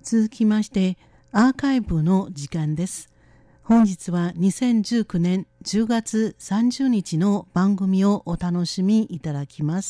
続きましてアーカイブの時間です。本日は2019年10月30日の番組をお楽しみいただきます。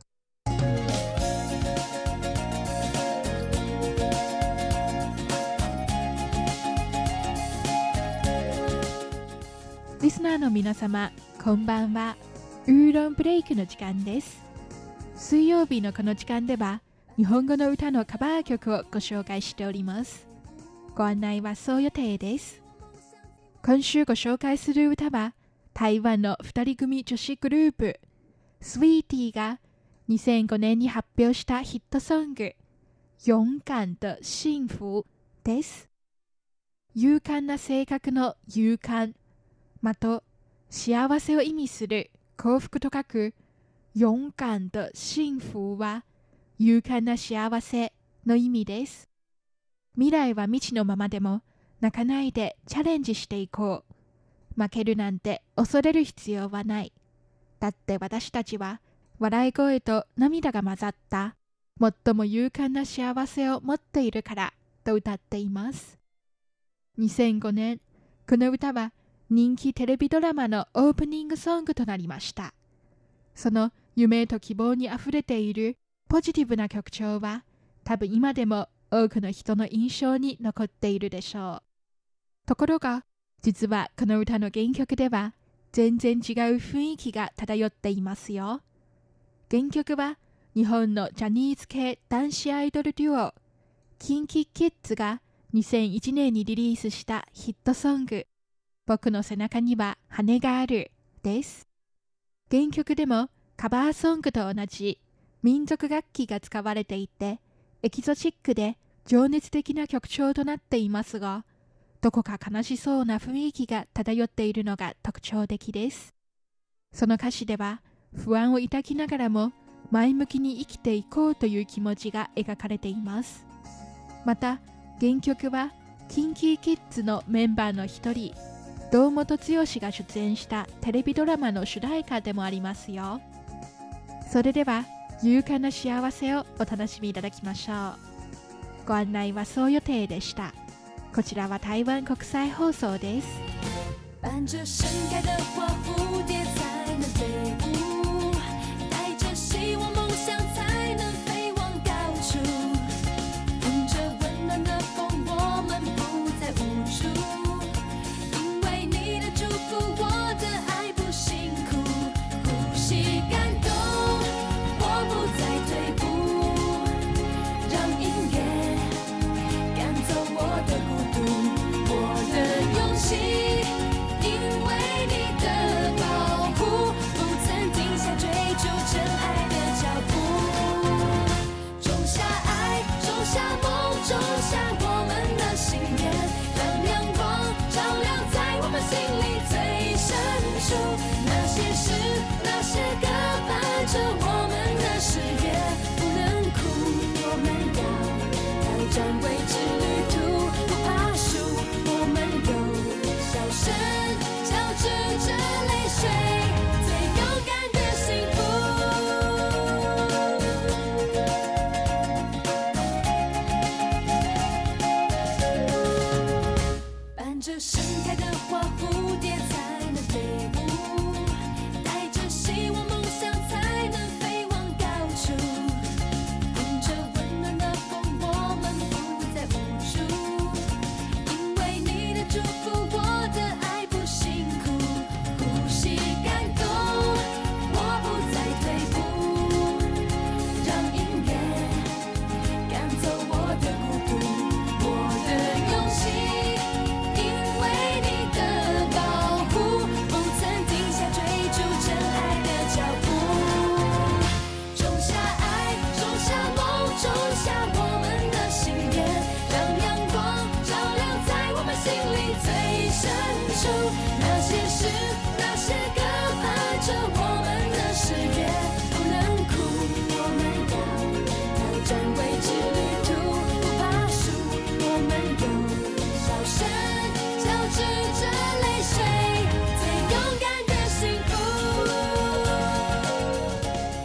リスナーの皆様、こんばんは。ウーロンブレイクの時間です。水曜日のこの時間では日本語の歌のカバー曲をご紹介しております。ご案内はそう予定です。今週ご紹介する歌は台湾の2人組女子グループスウィーティーが2005年に発表したヒットソング勇敢的幸福です。勇敢な性格の勇敢また幸せを意味する幸福と書く勇敢的幸福は勇敢な幸せの意味です。未来は未知のままでも泣かないでチャレンジしていこう。負けるなんて恐れる必要はない。だって私たちは笑い声と涙が混ざった最も勇敢な幸せを持っているからと歌っています。2005年、この歌は人気テレビドラマのオープニングソングとなりました。その夢と希望にあふれているポジティブな曲調は多分今でも多くの人の印象に残っているでしょう。ところが実はこの歌の原曲では全然違う雰囲気が漂っていますよ。原曲は日本のジャニーズ系男子アイドルデュオキンキキッズが2001年にリリースしたヒットソング僕の背中には羽があるです。原曲でもカバーソングと同じ民族楽器が使われていてエキゾチックで情熱的な曲調となっていますが、どこか悲しそうな雰囲気が漂っているのが特徴的です。その歌詞では不安を抱きながらも前向きに生きていこうという気持ちが描かれています。また原曲はキンキーキッズのメンバーの一人堂本剛が出演したテレビドラマの主題歌でもありますよ。それでは勇敢な幸せをお楽しみいただきましょう。ご案内はそう予定でした。こちらは台湾国際放送です。 伴着盛开的花，蝴蝶才能飞舞，带着希望梦想才能飞往高处，迎着温暖的风，我们不再无助，因为你的祝福，我的爱不辛苦，呼吸感动，我不再退步，让音乐赶走我的孤独，我的勇气因为你的保护，不曾停下追逐真爱的脚步，种下爱，种下梦，种下我们的心愿，让阳光照亮在我们心里最深处，那些事，那些歌伴着我们的誓言，不能哭，我们要挑战未